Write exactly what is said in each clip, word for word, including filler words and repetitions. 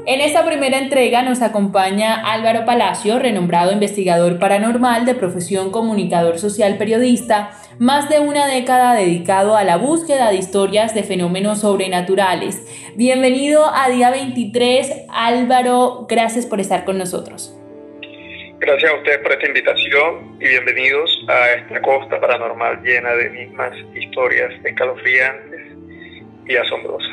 En esta primera entrega nos acompaña Álvaro Palacio, renombrado investigador paranormal de profesión comunicador social periodista, más de una década dedicado a la búsqueda de historias de fenómenos sobrenaturales. Bienvenido a Día veintitrés, Álvaro, gracias por estar con nosotros. Gracias a ustedes por esta invitación y bienvenidos a esta costa paranormal llena de mismas historias escalofriantes y asombrosas.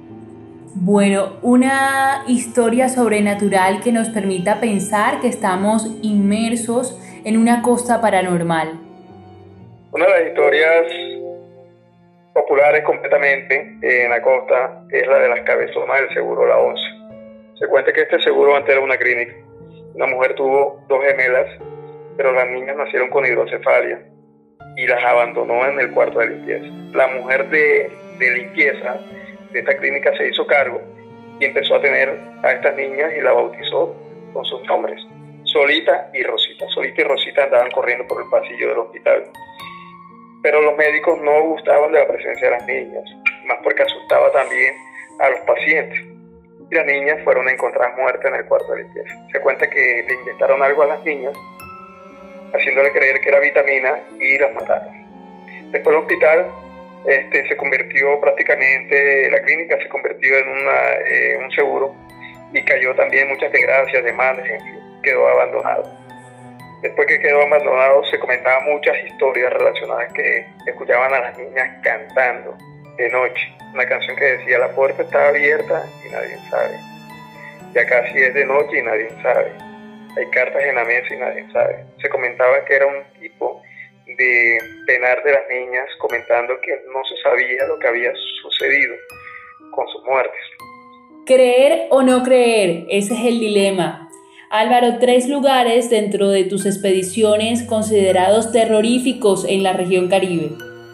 Bueno, una historia sobrenatural que nos permita pensar que estamos inmersos en una costa paranormal. Una de las historias populares completamente en la costa es la de las cabezonas del seguro La Once. Se cuenta que este seguro antes era una clínica. Una mujer tuvo dos gemelas, pero las niñas nacieron con hidrocefalia y las abandonó en el cuarto de limpieza. La mujer de, de limpieza de esta clínica se hizo cargo y empezó a tener a estas niñas y la bautizó con sus nombres, Solita y Rosita. Solita y Rosita andaban corriendo por el pasillo del hospital, pero los médicos no gustaban de la presencia de las niñas, más porque asustaba también a los pacientes. Y las niñas fueron encontradas muertas en el cuarto de limpieza. Se cuenta que le inyectaron algo a las niñas, haciéndole creer que era vitamina, y las mataron. Después el hospital este, se convirtió prácticamente, la clínica se convirtió en una, eh, un seguro y cayó también muchas desgracias, demandas, en fin, quedó abandonado. Después que quedó abandonado se comentaban muchas historias relacionadas que escuchaban a las niñas cantando de noche. Una canción que decía: la puerta está abierta y nadie sabe. Ya casi es de noche y nadie sabe. Hay cartas en la mesa y nadie sabe. Se comentaba que era un tipo de penar de las niñas, comentando que no se sabía lo que había sucedido con sus muertes. ¿Creer o no creer? Ese es el dilema. Álvaro, tres lugares dentro de tus expediciones considerados terroríficos en la región Caribe.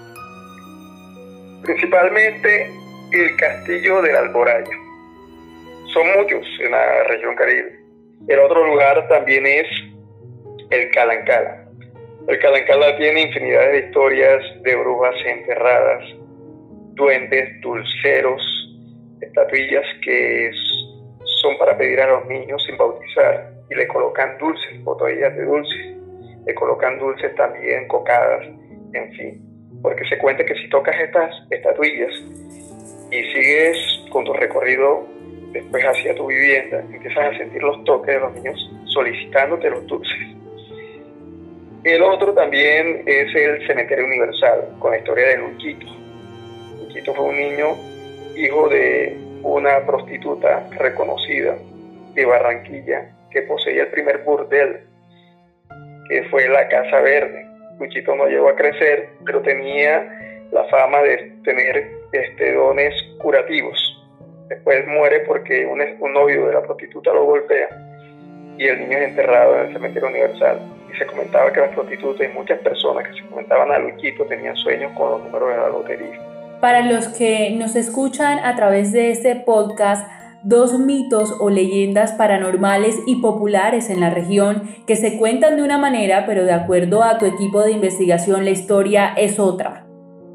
Principalmente el castillo del Alboraya. Son muchos en la región Caribe. El otro lugar también es el Calancala. El Calancala tiene infinidad de historias de brujas enterradas, duendes, dulceros, estatuillas que son para pedir a los niños sin bautizar y le colocan dulces, botellas de dulces, le colocan dulces también, cocadas, en fin. Porque se cuenta que si tocas estas estatuillas y sigues con tu recorrido después hacia tu vivienda, empiezas a sentir los toques de los niños solicitándote los dulces. El otro también es el Cementerio Universal, con la historia de Luchito. Luchito fue un niño, hijo de una prostituta reconocida de Barranquilla, que poseía el primer burdel, que fue la Casa Verde. Luchito no llegó a crecer, pero tenía la fama de tener este, dones curativos. Después muere porque un, un novio de la prostituta lo golpea y el niño es enterrado en el Cementerio Universal. Y se comentaba que las prostitutas y muchas personas que se comentaban a Luchito tenían sueños con los números de la lotería. Para los que nos escuchan a través de este podcast, dos mitos o leyendas paranormales y populares en la región que se cuentan de una manera, pero de acuerdo a tu equipo de investigación, la historia es otra.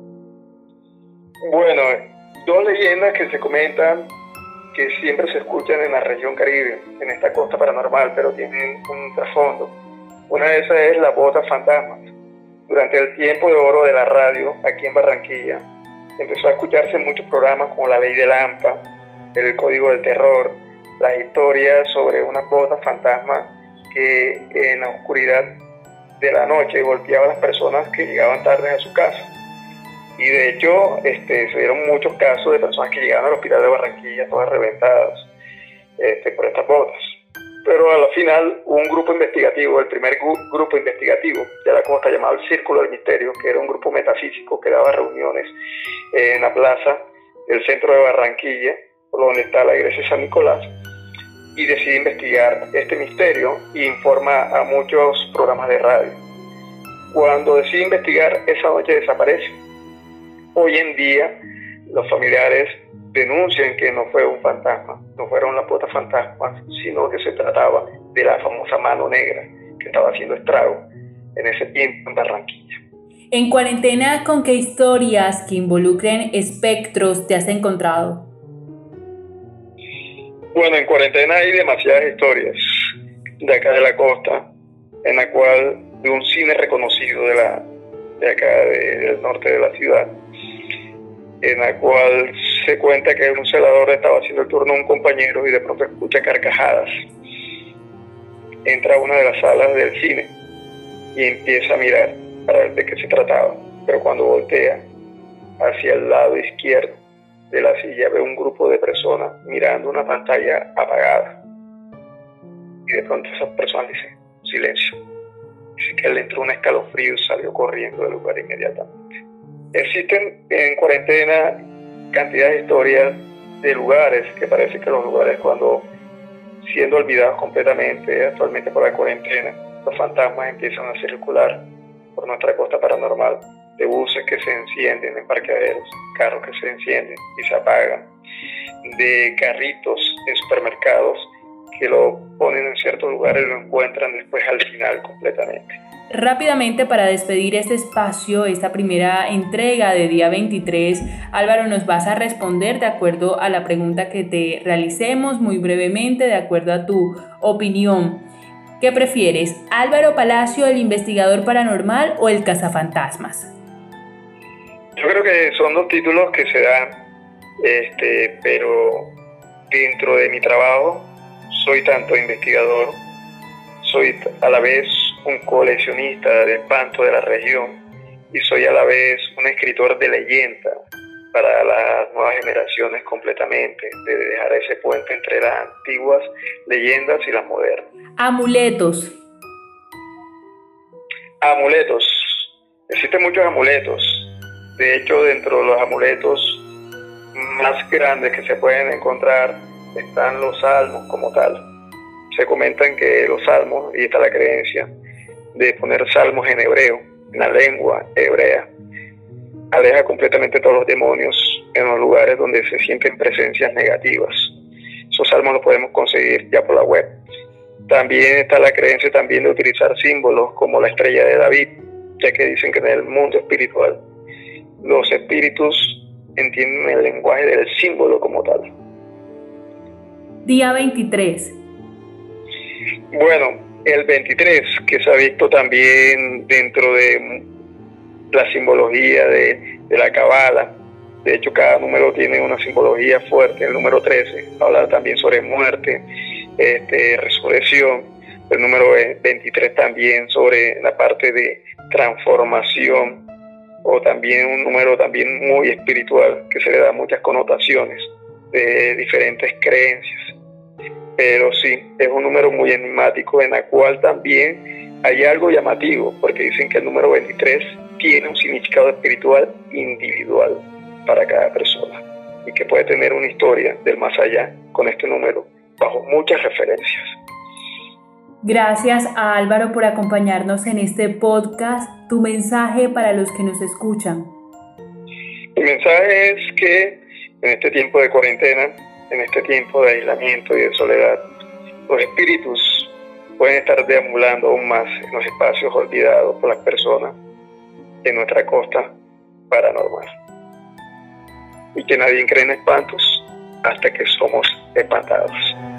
Bueno, dos leyendas que se comentan, que siempre se escuchan en la región Caribe, en esta costa paranormal, pero tienen un trasfondo. Una de esas es la bota fantasma. Durante el tiempo de oro de la radio, aquí en Barranquilla, empezó a escucharse en muchos programas como La Ley de Lampa, El Código del Terror, las historias sobre una bota fantasma que en la oscuridad de la noche golpeaba a las personas que llegaban tarde a su casa. Y de hecho este, se dieron muchos casos de personas que llegaban al hospital de Barranquilla todas reventadas este, por estas botas. Pero a la final un grupo investigativo, el primer gu- grupo investigativo de la costa, llamado el Círculo del Misterio, que era un grupo metafísico que daba reuniones en la plaza del centro de Barranquilla, por donde está la iglesia de San Nicolás, y decide investigar este misterio e informa a muchos programas de radio. Cuando decide investigar, esa noche desaparece. Hoy en día los familiares denuncian que no fue un fantasma, no fueron las botas fantasmas, sino que se trataba de la famosa mano negra que estaba haciendo estrago en ese tiempo en Barranquilla. En cuarentena, ¿con qué historias que involucren espectros te has encontrado? Bueno, en cuarentena hay demasiadas historias de acá de la costa, en la cual de un cine reconocido de la de acá de, del norte de la ciudad, en la cual se cuenta que un celador estaba haciendo el turno a un compañero y de pronto escucha carcajadas. Entra a una de las salas del cine y empieza a mirar para ver de qué se trataba, pero cuando voltea hacia el lado izquierdo de la silla ve un grupo de personas mirando una pantalla apagada, y de pronto esas personas dicen silencio. Dice que le entró un escalofrío y salió corriendo del lugar inmediatamente. Existen en cuarentena cantidad de historias de lugares que parece que los lugares, cuando siendo olvidados completamente actualmente por la cuarentena, los fantasmas empiezan a circular por nuestra costa paranormal, de buses que se encienden en parqueaderos, carros que se encienden y se apagan, de carritos en supermercados que lo ponen en ciertos lugares y lo encuentran después al final completamente. Rápidamente, para despedir este espacio, esta primera entrega de día veintitrés, Álvaro, nos vas a responder de acuerdo a la pregunta que te realicemos, muy brevemente, de acuerdo a tu opinión. ¿Qué prefieres, Álvaro Palacio, el investigador paranormal, o el cazafantasmas? Yo creo que son dos títulos que se dan, este, pero dentro de mi trabajo soy tanto investigador, soy a la vez un coleccionista de espantos de la región y soy a la vez un escritor de leyenda para las nuevas generaciones completamente, de dejar ese puente entre las antiguas leyendas y las modernas. Amuletos. Amuletos. Existen muchos amuletos. De hecho, dentro de los amuletos más grandes que se pueden encontrar están los salmos como tal. Se comentan que los salmos, y está la creencia de poner salmos en hebreo, en la lengua hebrea, aleja completamente todos los demonios en los lugares donde se sienten presencias negativas. Esos salmos los podemos conseguir ya por la web. También está la creencia también de utilizar símbolos como la estrella de David, ya que dicen que en el mundo espiritual los espíritus entienden el lenguaje del símbolo como tal. Día veintitrés. Bueno, el veintitrés, que se ha visto también dentro de la simbología de, de la Cabala. De hecho, cada número tiene una simbología fuerte. El número trece habla también sobre muerte, este, resurrección. El número veintitrés también sobre la parte de transformación, o también un número también muy espiritual, que se le da muchas connotaciones de diferentes creencias. Pero sí, es un número muy enigmático, en la cual también hay algo llamativo, porque dicen que el número veintitrés tiene un significado espiritual individual para cada persona y que puede tener una historia del más allá con este número, bajo muchas referencias. Gracias a Álvaro por acompañarnos en este podcast. Tu mensaje para los que nos escuchan. Mi mensaje es que en este tiempo de cuarentena, en este tiempo de aislamiento y de soledad, los espíritus pueden estar deambulando aún más en los espacios olvidados por las personas en nuestra costa paranormal. Y que nadie cree en espantos hasta que somos espantados.